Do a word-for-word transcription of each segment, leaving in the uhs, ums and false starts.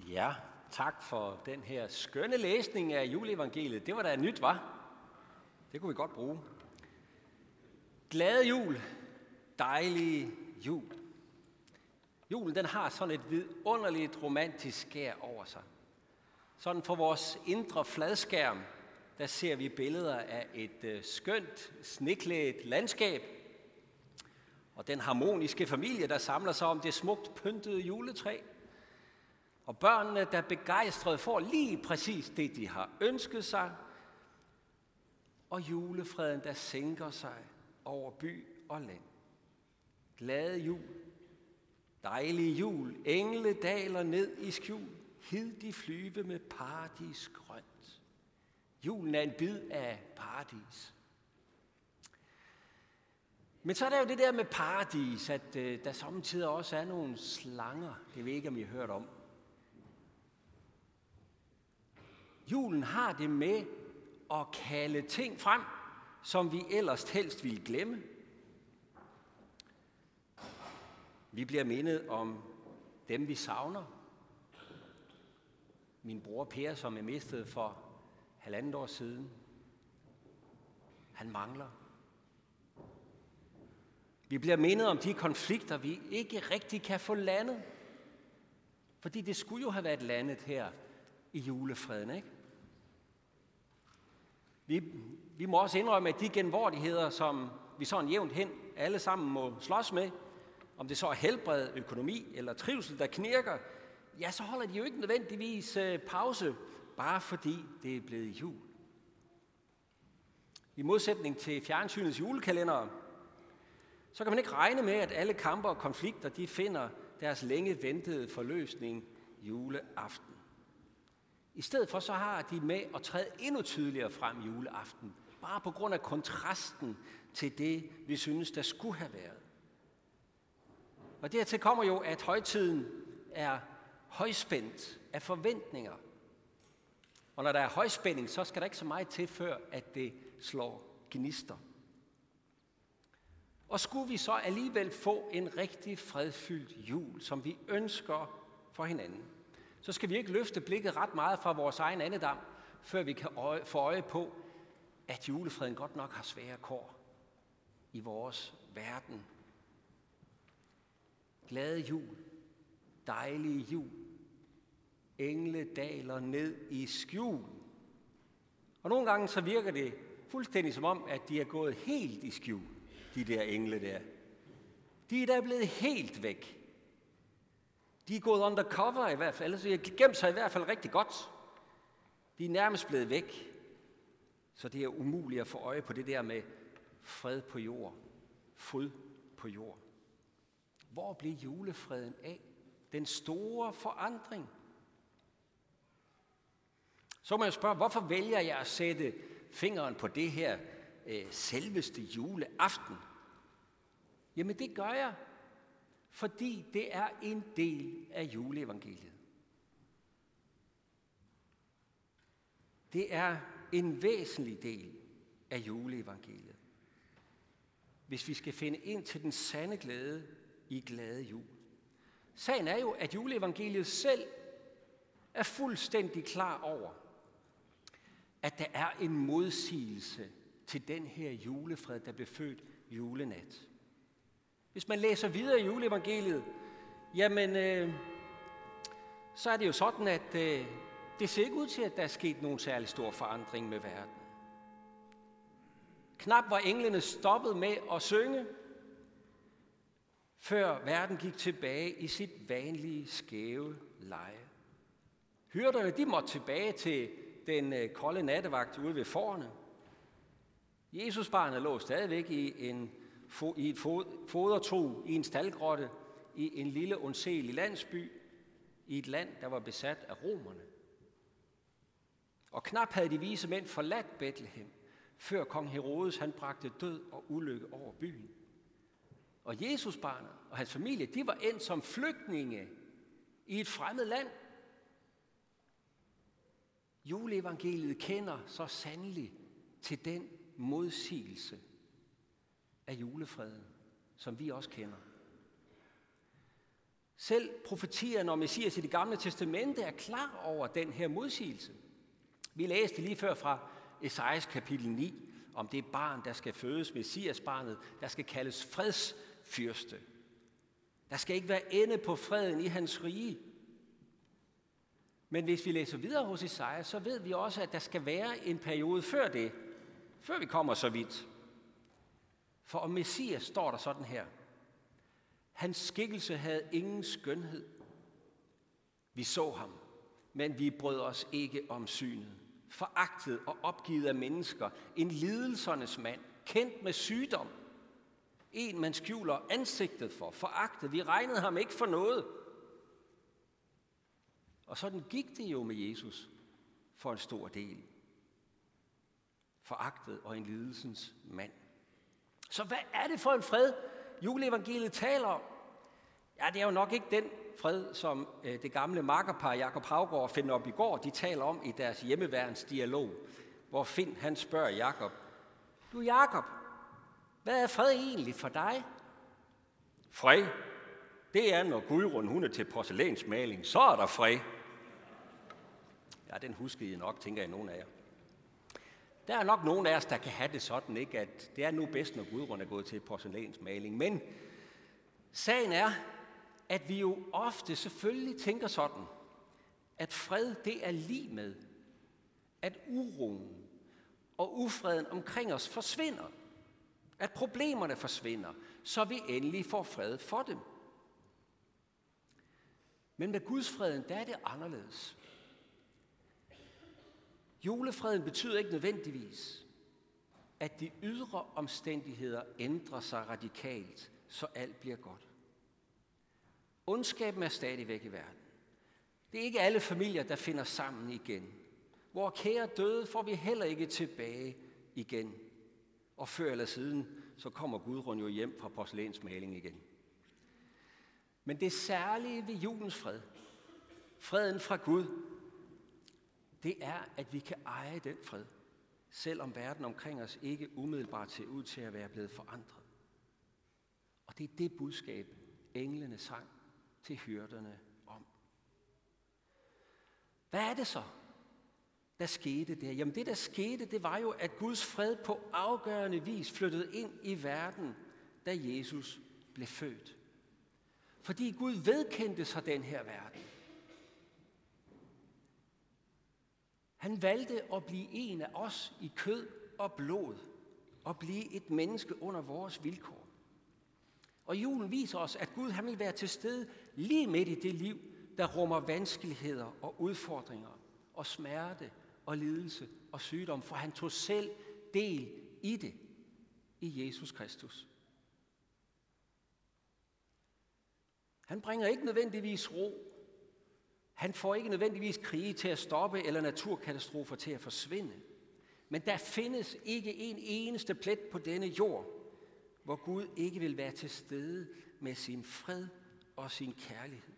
Ja, tak for den her skønne læsning af juleevangeliet. Det var da nyt, var? Det kunne vi godt bruge. Glade jul, dejlige jul. Julen, den har sådan et vidunderligt romantisk skær over sig. Sådan for vores indre fladskærm, der ser vi billeder af et øh, skønt, sneklædt landskab. Og den harmoniske familie, der samler sig om det smukt pyntede juletræ. Og børnene, der begejstret får lige præcis det, de har ønsket sig. Og julefreden, der sænker sig over by og land. Glade jul, dejlige jul, engle daler ned i skjul. Hid de flyve med paradis grønt. Julen er en bid af paradis. Men så er der jo det der med paradis, at øh, der samtidig også er nogle slanger. Det ved jeg ikke, om I har hørt om. Julen har det med at kalde ting frem, som vi ellers helst ville glemme. Vi bliver mindet om dem, vi savner. Min bror Per, som jeg mistede for halvandet år siden. Han mangler. Vi bliver mindet om de konflikter, vi ikke rigtig kan få landet. Fordi det skulle jo have været landet her i julefreden, ikke? Vi, vi må også indrømme, at de genvordigheder, som vi sådan jævnt hen alle sammen må slås med, om det så er helbred, økonomi eller trivsel, der knirker, ja, så holder de jo ikke nødvendigvis pause, bare fordi det er blevet jul. I modsætning til fjernsynets julekalender, så kan man ikke regne med, at alle kampe og konflikter, de finder deres længe ventede forløsning juleaften. I stedet for så har de med at træde endnu tydeligere frem juleaften, bare på grund af kontrasten til det, vi synes, der skulle have været. Og dertil kommer jo, at højtiden er højspændt af forventninger. Og når der er højspænding, så skal der ikke så meget til, før at det slår gnister. Og skulle vi så alligevel få en rigtig fredfyldt jul, som vi ønsker for hinanden, så skal vi ikke løfte blikket ret meget fra vores egen andedam, før vi kan øje, få øje på, at julefreden godt nok har svære kår i vores verden. Glade jul, dejlige jul, engle daler ned i skjul. Og nogle gange så virker det fuldstændig som om, at de er gået helt i skjul, de der engle der. De er da blevet helt væk. De er gået undercover i hvert fald, så de har gemt sig i hvert fald rigtig godt. De er nærmest blevet væk, så det er umuligt at få øje på det der med fred på jord, fryd på jord. Hvor blev julefreden af? Den store forandring. Så må jeg spørge, hvorfor vælger jeg at sætte fingeren på det her øh, selveste juleaften? Jamen det gør jeg, fordi det er en del af juleevangeliet. Det er en væsentlig del af juleevangeliet, hvis vi skal finde ind til den sande glæde i glade jul. Sagen er jo, at juleevangeliet selv er fuldstændig klar over, at der er en modsigelse til den her julefred, der blev født julenat. Hvis man læser videre i juleevangeliet, jamen, øh, så er det jo sådan, at øh, det ser ikke ud til, at der er sket nogen særlig stor forandring med verden. Knap var englene stoppet med at synge, før verden gik tilbage i sit vanlige skæve leje. Hyrderne, de måtte tilbage til den øh, kolde nattevagt ude ved fårene. Jesusbarnet lå stadigvæk i en i et fodertro, i en staldgrotte, i en lille undselig landsby, i et land, der var besat af romerne. Og knap havde de vise mænd forladt Betlehem, før kong Herodes han bragte død og ulykke over byen. Og Jesusbarnet og hans familie, de var endt som flygtninge i et fremmed land. Juleevangeliet kender så sandelig til den modsigelse af julefreden, som vi også kender. Selv profetierne om Messias i det gamle testamente er klar over den her modsigelse. Vi læste lige før fra Esajas kapitel ni, om det barn, der skal fødes, Messias-barnet, der skal kaldes fredsfyrste. Der skal ikke være ende på freden i hans rige. Men hvis vi læser videre hos Esajas, så ved vi også, at der skal være en periode før det, før vi kommer så vidt. For om Messias står der sådan her: hans skikkelse havde ingen skønhed. Vi så ham, men vi brød os ikke om synet. Foragtet og opgivet af mennesker, en lidelsernes mand, kendt med sygdom. En, man skjuler ansigtet for, foragtet. Vi regnede ham ikke for noget. Og sådan gik det jo med Jesus for en stor del. Foragtet og en lidelsens mand. Så hvad er det for en fred, juleevangeliet taler om? Ja, det er jo nok ikke den fred, som øh, det gamle makkerpar Jakob Haugaard og Finn op i går, de taler om i deres hjemmeværnsdialog, hvor Finn han spørger Jakob: du Jakob, hvad er fred egentlig for dig? Fred, det er, når Gudrun hun er til porcelænsmaling, så er der fred. Ja, den husker I nok, tænker jeg, nogen af jer. Der er nok nogen af os, der kan have det sådan, ikke, at det er nu bedst, når Gudrun er gået til porcelænsmaling. Men sagen er, at vi jo ofte selvfølgelig tænker sådan, at fred det er lig med, at uroen og ufreden omkring os forsvinder. At problemerne forsvinder, så vi endelig får fred for dem. Men med Gudsfreden, der er det anderledes. Julefreden betyder ikke nødvendigvis, at de ydre omstændigheder ændrer sig radikalt, så alt bliver godt. Ondskaben er stadigvæk i verden. Det er ikke alle familier, der finder sammen igen. Hvor kære døde får vi heller ikke tilbage igen. Og før eller siden, så kommer Gudrun jo hjem fra porcelænsmaling igen. Men det særlige ved julens fred, freden fra Gud, det er, at vi kan eje den fred, selvom verden omkring os ikke umiddelbart ser ud til at være blevet forandret. Og det er det budskab, englene sang til hyrderne om. Hvad er det så, der skete der? Jamen det, der skete, det var jo, at Guds fred på afgørende vis flyttede ind i verden, da Jesus blev født. Fordi Gud vedkendte sig den her verden. Han valgte at blive en af os i kød og blod, og blive et menneske under vores vilkår. Og julen viser os, at Gud han vil være til stede lige midt i det liv, der rummer vanskeligheder og udfordringer, og smerte og lidelse og sygdom, for han tog selv del i det i Jesus Kristus. Han bringer ikke nødvendigvis ro. Han får ikke nødvendigvis krige til at stoppe eller naturkatastrofer til at forsvinde. Men der findes ikke en eneste plet på denne jord, hvor Gud ikke vil være til stede med sin fred og sin kærlighed.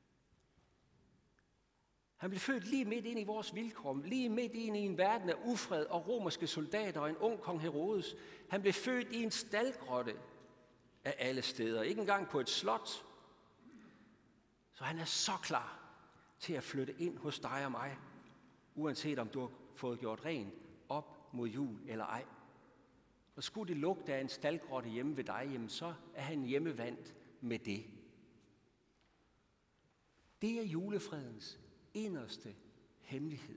Han blev født lige midt ind i vores vilkår, lige midt ind i en verden af ufred og romerske soldater og en ung kong Herodes. Han blev født i en staldgrotte af alle steder, ikke engang på et slot. Så han er så klar til at flytte ind hos dig og mig, uanset om du har fået gjort rent op mod jul eller ej. Og skulle det lugte af en staldgrotte hjemme ved dig, jamen så er han hjemmevandt med det. Det er julefredens inderste hemmelighed.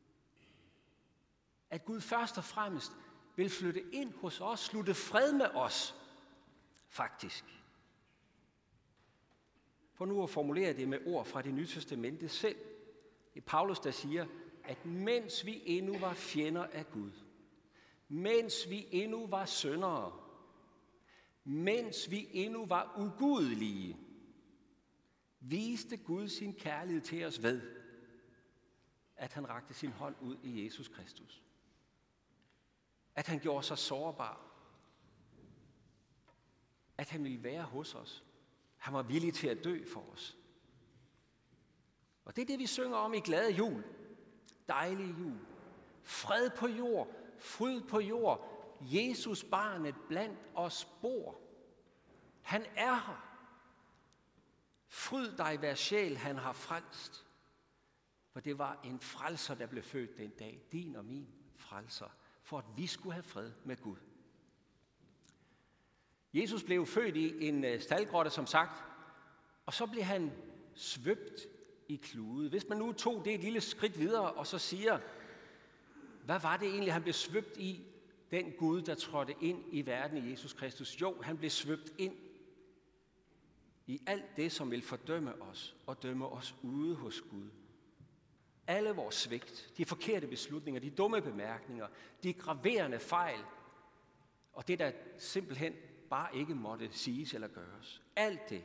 At Gud først og fremmest vil flytte ind hos os, slutte fred med os, faktisk. For nu at formulere det med ord fra Det Nye Testamente selv. Det er Paulus, der siger, at mens vi endnu var fjender af Gud, mens vi endnu var syndere, mens vi endnu var ugudelige, viste Gud sin kærlighed til os ved, at han rakte sin hånd ud i Jesus Kristus. At han gjorde sig sårbar. At han ville være hos os. Han var villig til at dø for os. Og det er det, vi synger om i glade jul. Dejlig jul. Fred på jord. Fryd på jord. Jesus barnet blandt os bor. Han er her. Fryd dig, hver sjæl han har frelst. For det var en frelser, der blev født den dag. Din og min frelser. For at vi skulle have fred med Gud. Jesus blev født i en staldgrotte, som sagt. Og så blev han svøbt i klude. Hvis man nu tog det et lille skridt videre, og så siger, hvad var det egentlig, han blev svøbt i? Den Gud, der trådte ind i verden i Jesus Kristus. Jo, han blev svøbt ind i alt det, som vil fordømme os og dømme os ude hos Gud. Alle vores svigt, de forkerte beslutninger, de dumme bemærkninger, de graverende fejl, og det, der simpelthen bare ikke måtte siges eller gøres. Alt det,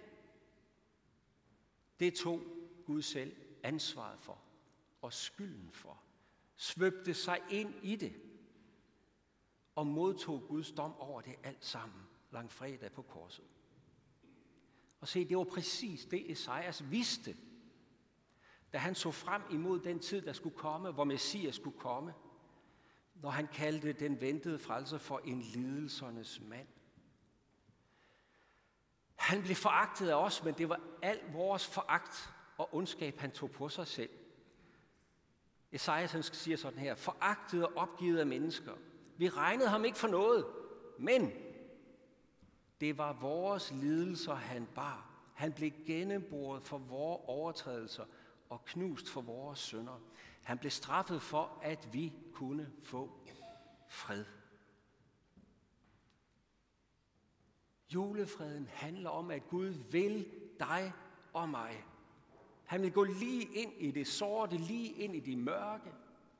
det tog Gud selv ansvaret for og skylden for. Svøbte sig ind i det og modtog Guds dom over det alt sammen langfredag på korset. Og se, det var præcis det, Esajas vidste, da han så frem imod den tid, der skulle komme, hvor Messias skulle komme, når han kaldte den ventede frelser for en lidelsernes mand. Han blev foragtet af os, men det var al vores foragt og ondskab, han tog på sig selv. Esajas han siger sådan her, foragtet og opgivet af mennesker. Vi regnede ham ikke for noget, men det var vores lidelser, han bar. Han blev gennemboret for vores overtrædelser og knust for vores synder. Han blev straffet for, at vi kunne få fred. Julefreden handler om, at Gud vil dig og mig. Han vil gå lige ind i det sorte, lige ind i det mørke.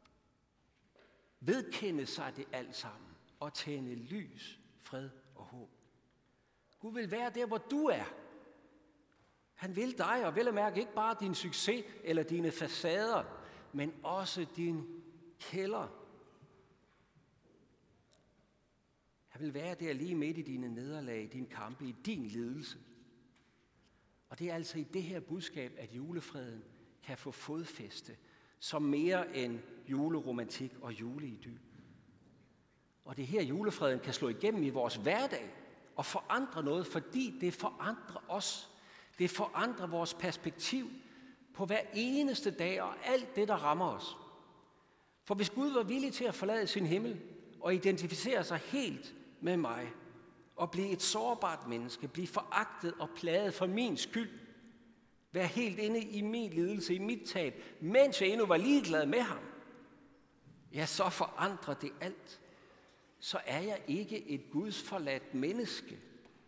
Vedkende sig det alt sammen og tænde lys, fred og håb. Gud vil være der, hvor du er. Han vil dig, og vel at mærke ikke bare din succes eller dine facader, men også din kælder. Han vil være der lige midt i dine nederlag, i din kampe, i din lidelse. Og det er altså i det her budskab, at julefreden kan få fodfæste, som mere end juleromantik og juleidyl. Og det er her, julefreden kan slå igennem i vores hverdag og forandre noget, fordi det forandrer os. Det forandrer vores perspektiv på hver eneste dag og alt det, der rammer os. For hvis Gud var villig til at forlade sin himmel og identificere sig helt med mig, og blive et sårbart menneske, blive foragtet og plaget for min skyld, være helt inde i min lidelse, i mit tab, mens jeg endnu var ligeglad med ham, ja, så forandrer det alt. Så er jeg ikke et Guds forladt menneske.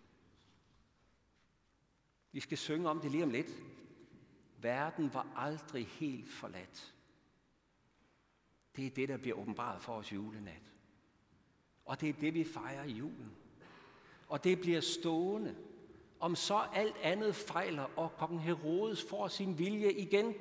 Vi skal synge om det lige om lidt. Verden var aldrig helt forladt. Det er det, der bliver åbenbaret for os julenat. Og det er det, vi fejrer i julen. Og det bliver stående, om så alt andet fejler, og kongen Herodes får sin vilje igen.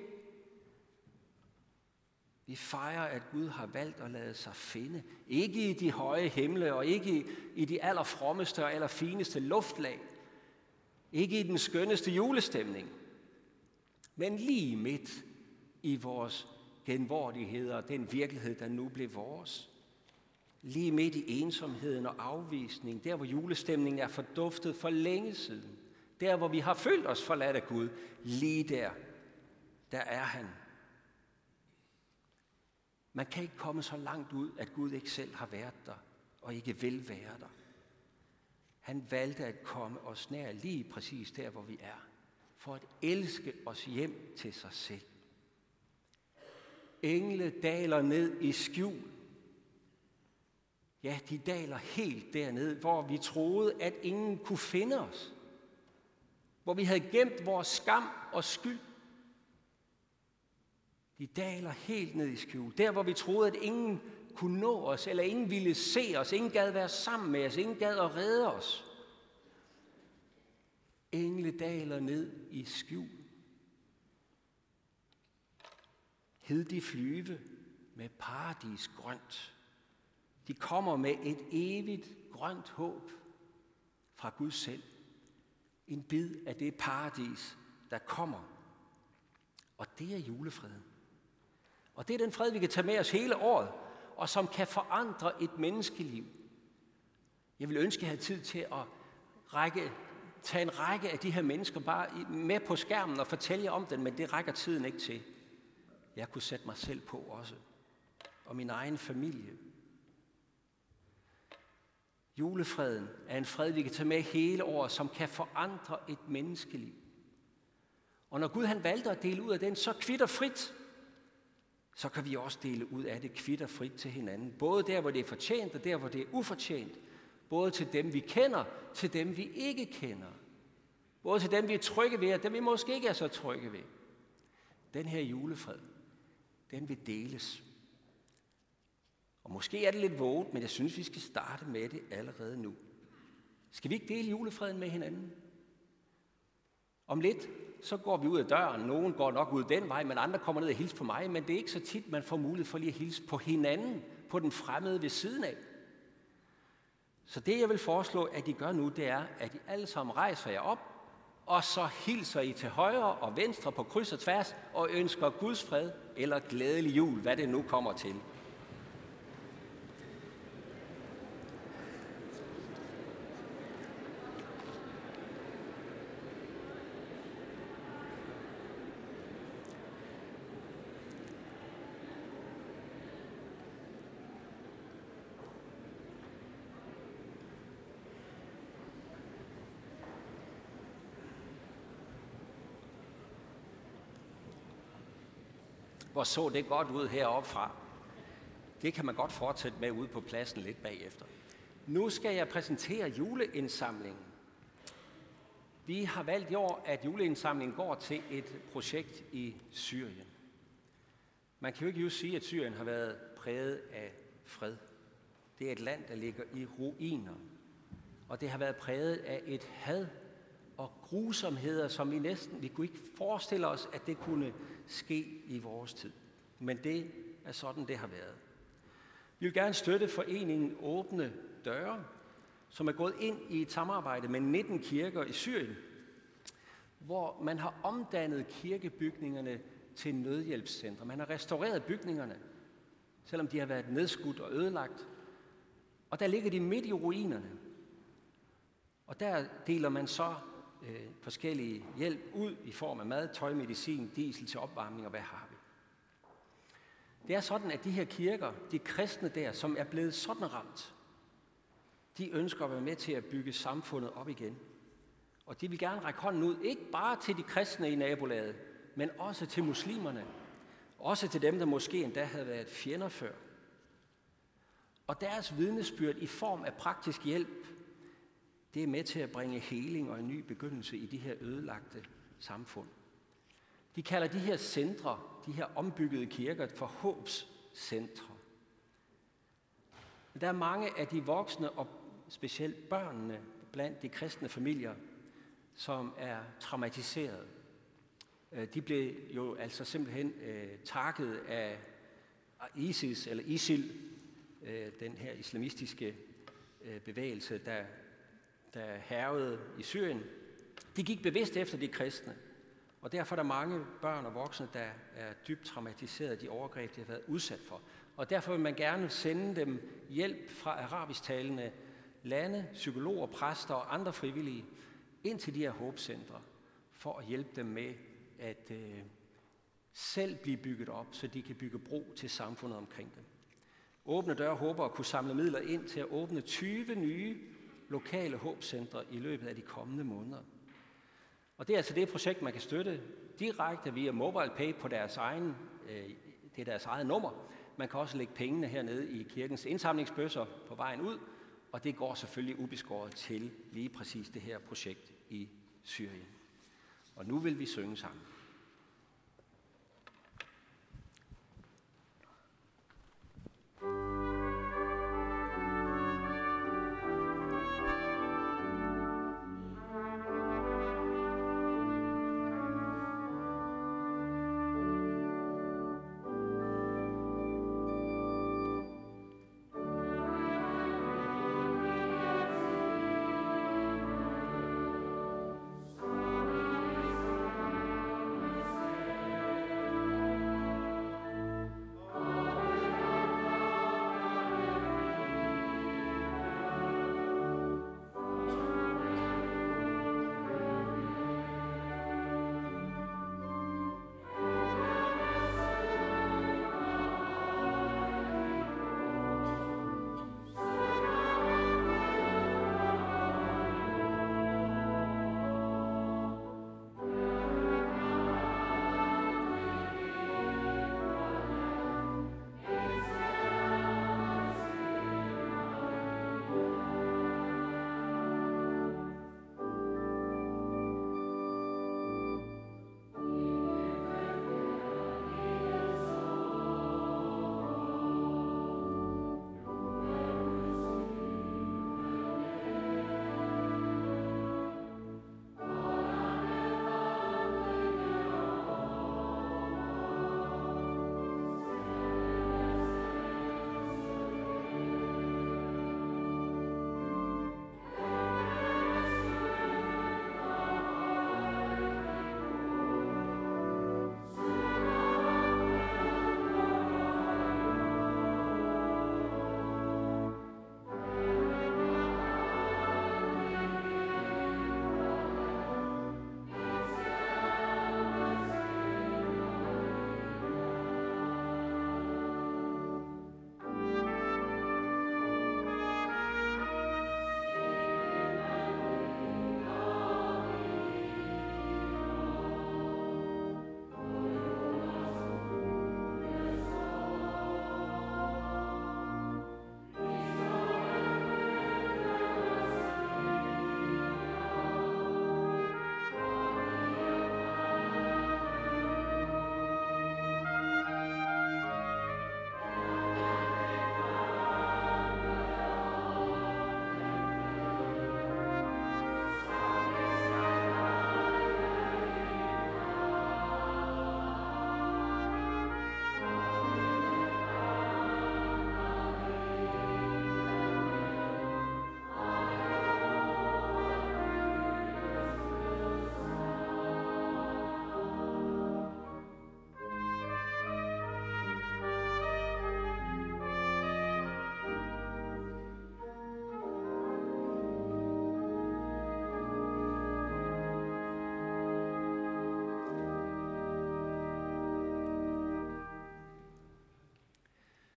Vi fejrer, at Gud har valgt at lade sig finde. Ikke i de høje himle, og ikke i de allerfrommeste og allerfineste luftlag. Ikke i den skønneste julestemning. Men lige midt i vores genvordigheder og den virkelighed, der nu blev vores. Lige midt i ensomheden og afvisning, der hvor julestemningen er forduftet for længe siden, der hvor vi har følt os forladt af Gud, lige der, der er han. Man kan ikke komme så langt ud, at Gud ikke selv har været der, og ikke vil være der. Han valgte at komme os nær lige præcis der, hvor vi er, for at elske os hjem til sig selv. Engle daler ned i skjul. Ja, de daler helt derned, hvor vi troede, at ingen kunne finde os. Hvor vi havde gemt vores skam og skyld. De daler helt ned i skjul. Der, hvor vi troede, at ingen kunne nå os, eller ingen ville se os, ingen gad være sammen med os, ingen gad at redde os. Engle daler ned i skjul. Hed de flyve med paradis grønt. De kommer med et evigt grønt håb fra Gud selv. En bid af det paradis, der kommer. Og det er julefreden. Og det er den fred, vi kan tage med os hele året, og som kan forandre et menneskeliv. Jeg vil ønske, at jeg havde tid til at række tage en række af de her mennesker bare med på skærmen og fortælle jer om den, men det rækker tiden ikke til. Jeg kunne sætte mig selv på også. Og min egen familie. Julefreden er en fred, vi kan tage med hele året, som kan forandre et menneskeliv. Og når Gud han valgte at dele ud af den, så kvitterfrit, så kan vi også dele ud af det kvitterfrit til hinanden. Både der, hvor det er fortjent, og der, hvor det er ufortjent. Både til dem, vi kender, til dem, vi ikke kender. Både til dem, vi er trygge ved, og dem, vi måske ikke er så trygge ved. Den her julefred, den vil deles. Og måske er det lidt våget, men jeg synes, vi skal starte med det allerede nu. Skal vi ikke dele julefreden med hinanden? Om lidt, så går vi ud af døren. Nogen går nok ud den vej, men andre kommer ned og hilser på mig. Men det er ikke så tit, man får mulighed for lige at hilse på hinanden, på den fremmede ved siden af. Så det, jeg vil foreslå, at I gør nu, det er, at I alle sammen rejser jer op, og så hilser I til højre og venstre på kryds og tværs, og ønsker Guds fred eller glædelig jul, hvad det nu kommer til. Hvor så det godt ud heroppe fra. Det kan man godt fortsætte med ude på pladsen lidt bagefter. Nu skal jeg præsentere juleindsamlingen. Vi har valgt i år, at juleindsamlingen går til et projekt i Syrien. Man kan jo ikke just sige, at Syrien har været præget af fred. Det er et land, der ligger i ruiner. Og det har været præget af et had og grusomheder, som vi næsten, vi kunne ikke forestille os, at det kunne ske i vores tid. Men det er sådan, det har været. Vi vil gerne støtte foreningen Åbne Døre, som er gået ind i et samarbejde med nitten kirker i Syrien, hvor man har omdannet kirkebygningerne til nødhjælpscentre. Man har restaureret bygningerne, selvom de har været nedskudt og ødelagt. Og der ligger de midt i ruinerne. Og der deler man så øh, forskellige hjælp ud i form af mad, tøj, medicin, diesel til opvarmning og hvad har vi. Det er sådan, at de her kirker, de kristne der, som er blevet sådan ramt, de ønsker at være med til at bygge samfundet op igen. Og de vil gerne række hånden ud, ikke bare til de kristne i nabolaget, men også til muslimerne. Også til dem, der måske endda havde været fjender før. Og deres vidnesbyrd i form af praktisk hjælp, det er med til at bringe heling og en ny begyndelse i de her ødelagte samfund. De kalder de her centre, de her ombyggede kirker, for håbscentre. Der er mange af de voksne og specielt børnene blandt de kristne familier, som er traumatiseret. De blev jo altså simpelthen øh, takket af ISIS eller ISIL, øh, den her islamistiske øh, bevægelse, der, der hærgede i Syrien. De gik bevidst efter de kristne, og derfor er der mange børn og voksne, der er dybt traumatiseret af de overgreb, de har været udsat for. Og derfor vil man gerne sende dem hjælp fra arabisktalende lande, psykologer, præster og andre frivillige ind til de her håbcentre, for at hjælpe dem med at øh, selv blive bygget op, så de kan bygge bro til samfundet omkring dem. Åbne Døre håber at kunne samle midler ind til at åbne tyve nye lokale håbcentre i løbet af de kommende måneder. Og det er altså det projekt, man kan støtte direkte via MobilePay på deres egen, øh, det er deres eget nummer. Man kan også lægge pengene hernede i kirkens indsamlingsbøsser på vejen ud, og det går selvfølgelig ubeskåret til lige præcis det her projekt i Syrien. Og nu vil vi synge sammen.